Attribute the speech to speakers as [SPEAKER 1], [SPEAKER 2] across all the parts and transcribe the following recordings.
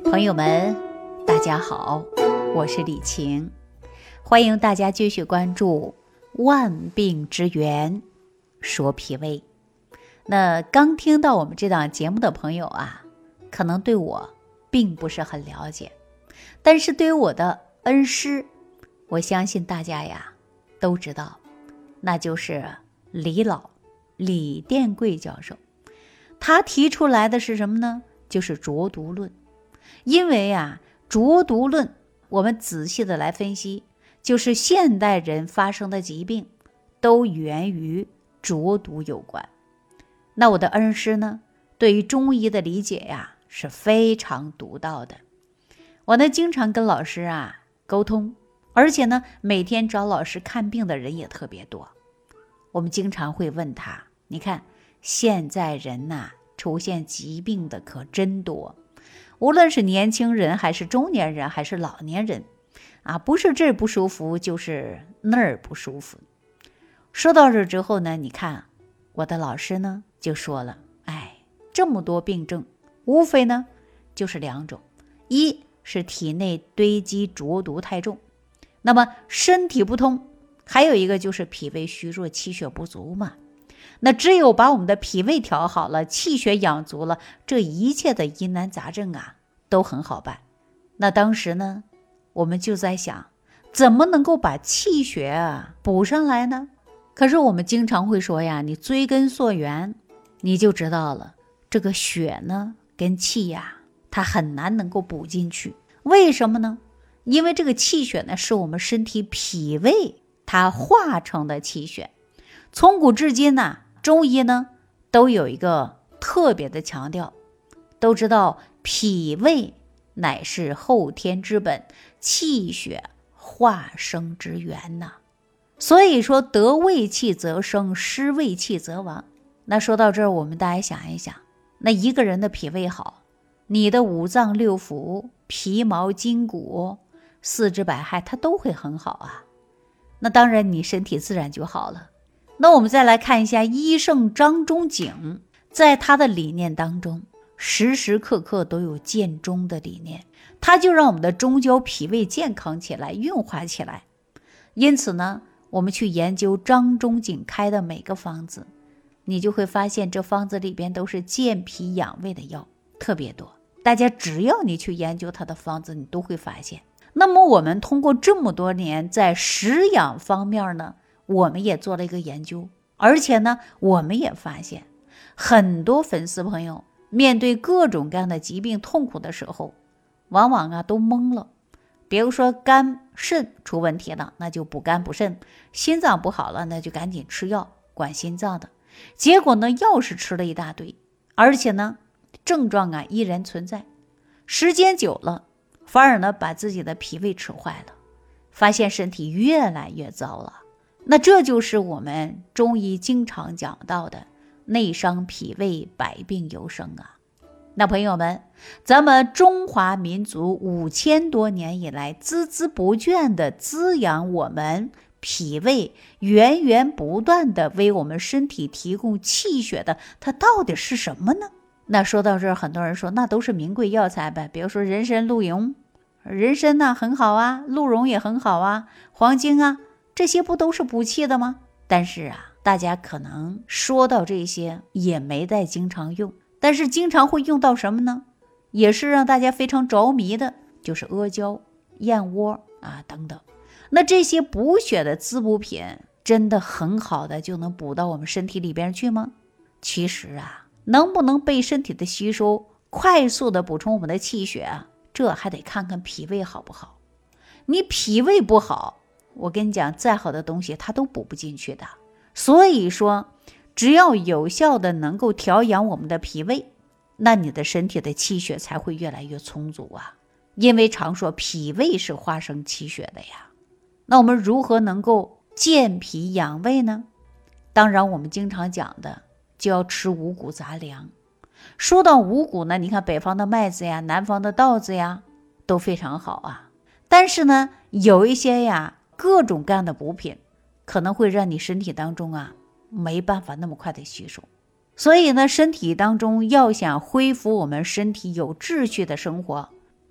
[SPEAKER 1] 朋友们，大家好，我是李晴，欢迎大家继续关注万病之源说脾胃。那刚听到我们这档节目的朋友啊，可能对我并不是很了解，但是对于我的恩师，我相信大家呀都知道，那就是李殿贵教授。他提出来的是什么呢？就是浊毒论。因为啊，浊毒论我们仔细的来分析，就是现代人发生的疾病都源于浊毒有关。那我的恩师呢，对于中医的理解呀是非常独到的。我呢经常跟老师啊沟通，而且呢每天找老师看病的人也特别多。我们经常会问他，你看现在人呐，出现疾病的可真多，无论是年轻人还是中年人还是老年人啊，不是这儿不舒服就是那儿不舒服。说到这之后呢，你看我的老师呢就说了，这么多病症无非呢就是两种，一是体内堆积浊毒太重，那么身体不通，还有一个就是脾胃虚弱，气血不足嘛。那只有把我们的脾胃调好了，气血养足了，这一切的疑难杂症啊都很好办。那当时呢，我们就在想，怎么能够把气血啊补上来呢？可是我们经常会说呀，你追根溯源，你就知道了，这个血呢跟气呀，它很难能够补进去。为什么呢？因为这个气血呢是我们身体脾胃它化成的气血。从古至今呢，中医呢都有一个特别的强调，都知道脾胃乃是后天之本，气血化生之源呐。所以说得胃气则生，失胃气则亡。那说到这儿，我们大家想一想，那一个人的脾胃好，你的五脏六腑、皮毛筋骨、四肢百骸它都会很好啊，那当然你身体自然就好了。那我们再来看一下医圣张仲景，在他的理念当中，时时刻刻都有健中的理念，他就让我们的中焦脾胃健康起来，运化起来。因此呢，我们去研究张仲景开的每个方子，你就会发现这方子里边都是健脾养胃的药，特别多。大家只要你去研究他的方子，你都会发现。那么我们通过这么多年在食养方面呢，我们也做了一个研究，而且呢我们也发现很多粉丝朋友面对各种各样的疾病痛苦的时候，往往啊都懵了。比如说肝肾出问题了，那就补肝补肾；心脏不好了，那就赶紧吃药管心脏的。结果呢药是吃了一大堆，而且呢症状啊依然存在，时间久了反而呢把自己的脾胃吃坏了，发现身体越来越糟了。那这就是我们中医经常讲到的内伤脾胃，百病由生啊。那朋友们，咱们中华民族5000多年以来孜孜不倦地滋养我们脾胃，源源不断地为我们身体提供气血的，它到底是什么呢？那说到这儿，很多人说那都是名贵药材呗，比如说人参、鹿茸，人参呢很好啊，鹿茸也很好啊，黄精啊，这些不都是补气的吗？但是啊，大家可能说到这些也没再经常用，但是经常会用到什么呢？也是让大家非常着迷的，就是阿胶、燕窝啊等等。那这些补血的滋补品真的很好的就能补到我们身体里边去吗？其实啊，能不能被身体的吸收，快速的补充我们的气血啊，这还得看看脾胃好不好。你脾胃不好，我跟你讲，再好的东西它都补不进去的。所以说只要有效的能够调养我们的脾胃，那你的身体的气血才会越来越充足啊。因为常说脾胃是化生气血的呀。那我们如何能够健脾养胃呢？当然我们经常讲的就要吃五谷杂粮。说到五谷呢，你看北方的麦子呀，南方的稻子呀都非常好啊。但是呢有一些呀各种各样的补品可能会让你身体当中啊没办法那么快的吸收。所以呢身体当中要想恢复我们身体有秩序的生活，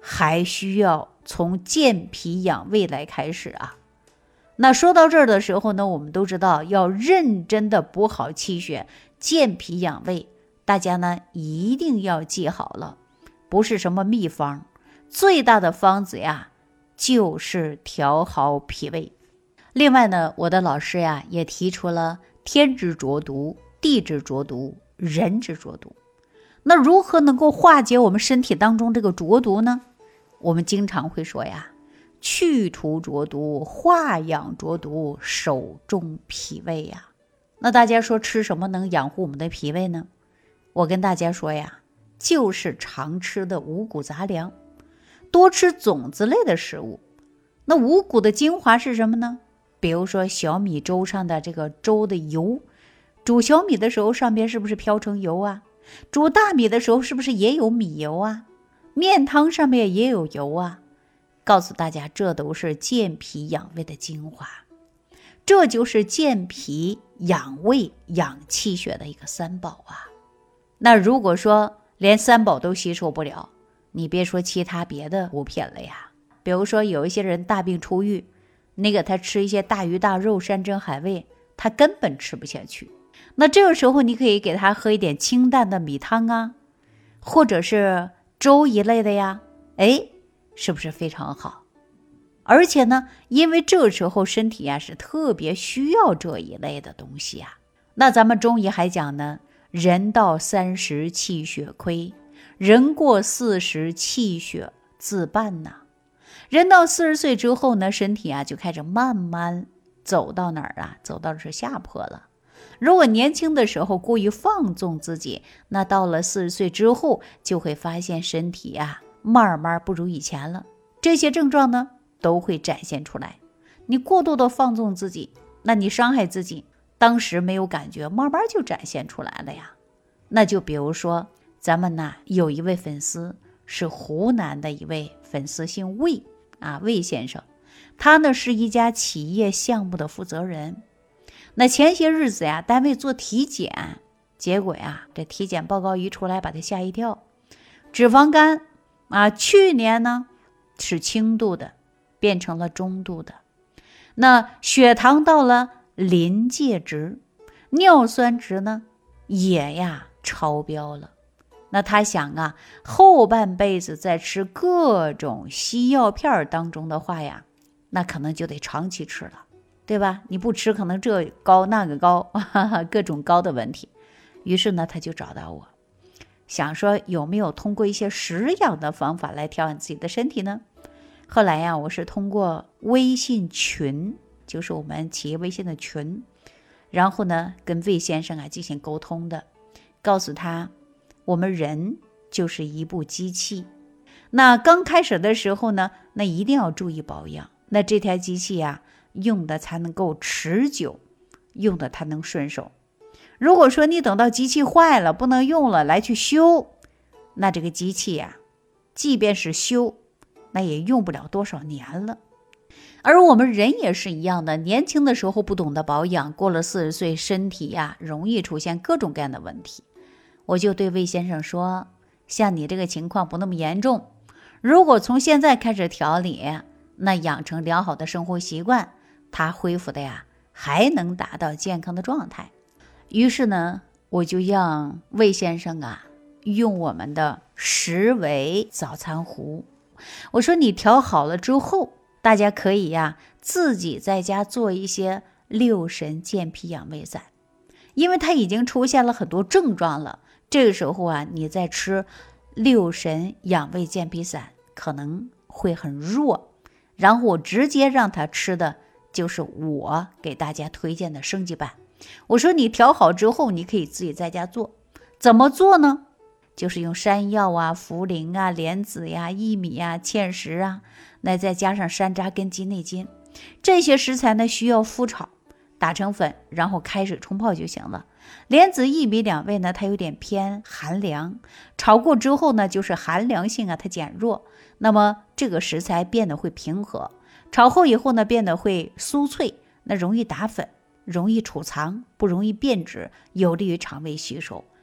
[SPEAKER 1] 还需要从健脾养胃来开始啊。那说到这儿的时候呢，我们都知道要认真的补好气血，健脾养胃，大家呢一定要记好了，不是什么秘方，最大的方子呀就是调好脾胃。另外呢，我的老师呀也提出了天之浊毒、地之浊毒、人之浊毒。那如何能够化解我们身体当中这个浊毒呢？我们经常会说呀，去除浊毒，化养浊毒，守重脾胃呀。那大家说吃什么能养护我们的脾胃呢？我跟大家说呀，就是常吃的五谷杂粮，多吃种子类的食物。那五谷的精华是什么呢？比如说小米粥上的这个粥的油，煮小米的时候上边是不是飘成油啊？煮大米的时候是不是也有米油啊？面汤上面也有油啊。告诉大家，这都是健脾养胃的精华，这就是健脾养胃养气血的一个三宝啊。那如果说连三宝都吸收不了，你别说其他别的补品了呀。比如说有一些人大病初愈，他吃一些大鱼大肉、山珍海味，他根本吃不下去。那这个时候你可以给他喝一点清淡的米汤啊，或者是粥一类的呀，是不是非常好？而且呢，因为这时候身体呀是特别需要这一类的东西啊。那咱们中医还讲呢，人到30气血亏，人过40气血自半呐。人到40岁之后呢，身体就开始慢慢走到哪儿啊？走到是下坡了。如果年轻的时候过于放纵自己，那到了40岁之后，就会发现身体慢慢不如以前了。这些症状呢都会展现出来。你过度的放纵自己，那你伤害自己，当时没有感觉，慢慢就展现出来了呀。那就比如说咱们有一位粉丝是湖南的一位粉丝，姓魏魏先生，他呢是一家企业项目的负责人。那前些日子单位做体检，结果这体检报告一出来，把他吓一跳。脂肪肝去年呢是轻度的，变成了中度的。那血糖到了临界值，尿酸值呢也超标了。那他想后半辈子在吃各种西药片当中的话那可能就得长期吃了，对吧？你不吃可能这高那个高，各种高的问题。于是呢他就找到我，想说有没有通过一些食养的方法来调养自己的身体呢？后来我是通过微信群，就是我们企业微信的群，然后呢跟魏先生进行沟通的，告诉他我们人就是一部机器，那刚开始的时候呢，那一定要注意保养，那这台机器用的才能够持久，用的才能顺手。如果说你等到机器坏了不能用了来去修，那这个机器即便是修，那也用不了多少年了。而我们人也是一样的，年轻的时候不懂得保养，过了40岁身体容易出现各种各样的问题。我就对魏先生说，像你这个情况不那么严重，如果从现在开始调理，那养成良好的生活习惯，他恢复的还能达到健康的状态。于是呢，我就让魏先生用我们的10味早餐壶。我说你调好了之后，大家可以自己在家做一些6神健脾养胃散，因为它已经出现了很多症状了。这个时候你再吃6神养胃健脾散可能会很弱。然后我直接让他吃的就是我给大家推荐的升级版。我说你调好之后，你可以自己在家做。怎么做呢？就是用山药茯苓莲子薏米芡实那再加上山楂跟鸡内金，这些食材呢需要麸炒打成粉，然后开水冲泡就行了。莲子薏米两味呢它有点偏寒凉，炒过之后呢就是寒凉性它减弱，那么这个食材变得会平和，炒后以后呢变得会酥脆，那容易打粉，容易储藏，不容易变质，有利于肠胃吸收，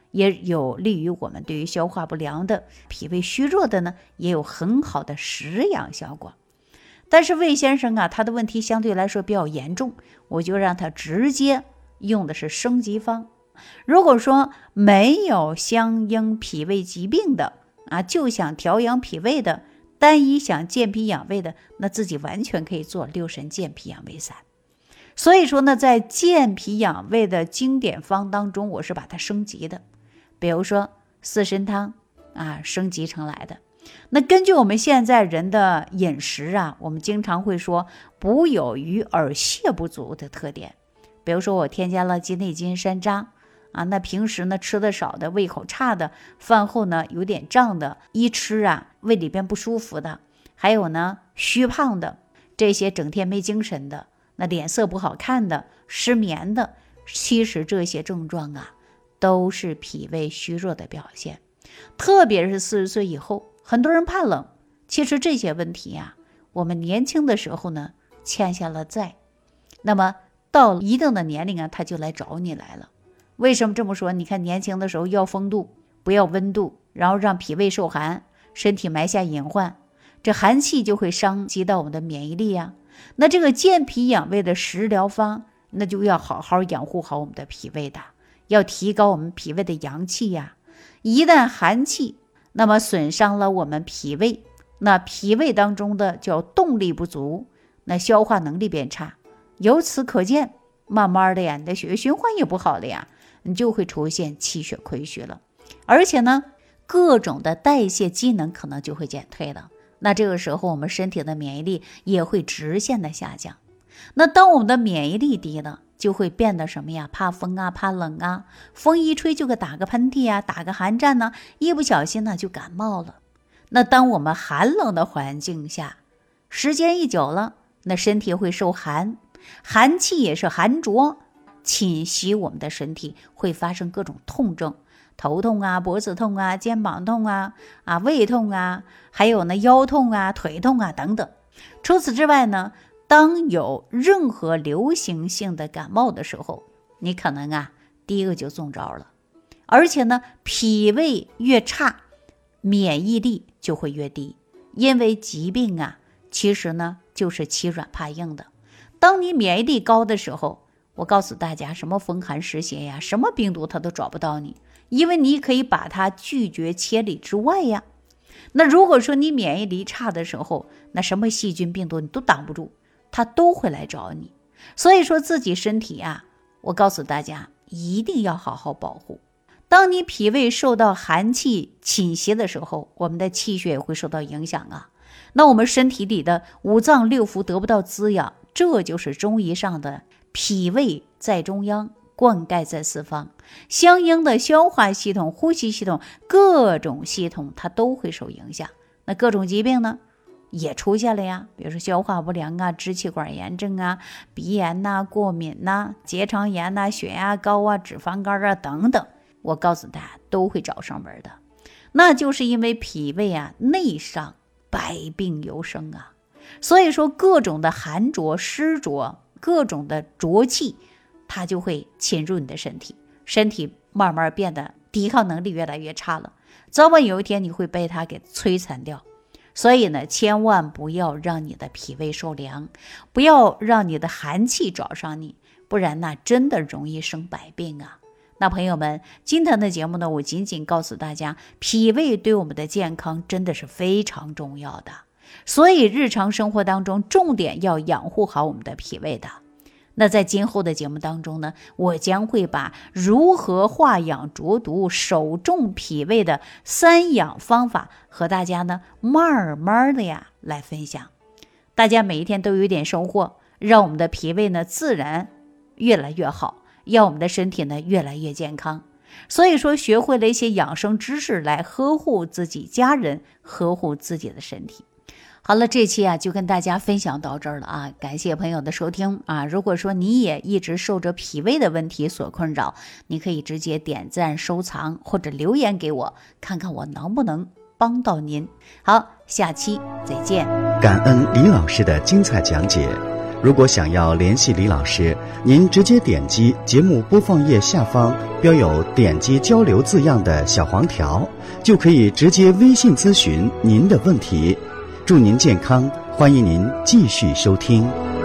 [SPEAKER 1] 也有利于我们对于消化不良的、脾胃虚弱的呢，也有很好的食养效果。但是魏先生啊，他的问题相对来说比较严重，我就让他直接用的是升级方。如果说没有相应脾胃疾病的啊，就想调养脾胃的，单一想健脾养胃的，那自己完全可以做六神健脾养胃散。所以说呢，在健脾养胃的经典方当中，我是把它升级的。比如说四神汤啊，升级成来的。那根据我们现在人的饮食啊，我们经常会说补有余而泻不足的特点。比如说我添加了鸡内金山楂啊，那平时呢吃的少的、胃口差的、饭后呢有点胀的、一吃啊胃里边不舒服的，还有呢虚胖的，这些整天没精神的，那脸色不好看的、失眠的，其实这些症状啊都是脾胃虚弱的表现。特别是40岁以后，很多人怕冷，其实这些问题啊，我们年轻的时候呢欠下了债，那么到一定的年龄啊，他就来找你来了。为什么这么说？你看年轻的时候要风度，不要温度，然后让脾胃受寒，身体埋下隐患，这寒气就会伤及到我们的免疫力啊。那这个健脾养胃的食疗方，那就要好好养护好我们的脾胃的，要提高我们脾胃的阳气呀。一旦寒气那么损伤了我们脾胃，那脾胃当中的叫动力不足，那消化能力变差，由此可见，慢慢的呀，你的血液循环也不好了呀，你就会出现气血亏虚了，而且呢各种的代谢机能可能就会减退了。那这个时候我们身体的免疫力也会直线的下降。那当我们的免疫力低了，就会变得什么呀？怕风啊，怕冷啊，风一吹就打个喷嚏啊，打个寒战呢，一不小心呢就感冒了。那当我们寒冷的环境下，时间一久了，那身体会受寒，寒气也是寒浊侵袭我们的身体，会发生各种痛症，头痛啊，脖子痛啊，肩膀痛啊，胃痛啊，还有呢腰痛啊，腿痛啊等等。除此之外呢，当有任何流行性的感冒的时候，你可能啊第一个就中招了。而且呢脾胃越差，免疫力就会越低，因为疾病啊其实呢就是欺软怕硬的。当你免疫力高的时候，我告诉大家，什么风寒湿邪呀，什么病毒它都找不到你，因为你可以把它拒绝千里之外呀。那如果说你免疫力差的时候，那什么细菌病毒你都挡不住，它都会来找你。所以说自己身体啊，我告诉大家一定要好好保护。当你脾胃受到寒气侵袭的时候，我们的气血也会受到影响啊。那我们身体里的五脏六腑得不到滋养，这就是中医上的脾胃在中央，灌溉在四方，相应的消化系统、呼吸系统、各种系统它都会受影响。那各种疾病呢也出现了呀，比如说消化不良啊、支气管炎症啊、鼻炎啊、过敏啊、结肠炎啊、血压高啊、脂肪肝啊等等，我告诉大家都会找上门的。那就是因为脾胃啊内伤，百病由生啊。所以说各种的寒浊、湿浊，各种的浊气，它就会侵入你的身体，身体慢慢变得抵抗能力越来越差了，早晚有一天你会被它给摧残掉。所以呢，千万不要让你的脾胃受凉，不要让你的寒气找上你，不然那真的容易生百病啊。那朋友们，今天的节目呢，我仅仅告诉大家，脾胃对我们的健康真的是非常重要的，所以日常生活当中重点要养护好我们的脾胃的。那在今后的节目当中呢，我将会把如何化养浊毒、守重脾胃的3养方法和大家呢慢慢的呀来分享。大家每一天都有一点收获，让我们的脾胃呢自然越来越好，让我们的身体呢越来越健康。所以说学会了一些养生知识来呵护自己家人，呵护自己的身体。好了，这期啊就跟大家分享到这儿了啊，感谢朋友的收听啊。如果说你也一直受着脾胃的问题所困扰，你可以直接点赞、收藏或者留言给我，看看我能不能帮到您。好，下期再见。
[SPEAKER 2] 感恩李老师的精彩讲解。 如果想要联系李老师，您直接点击节目播放页下方标有点击交流字样的小黄条，就可以直接微信咨询您的问题。祝您健康，欢迎您继续收听。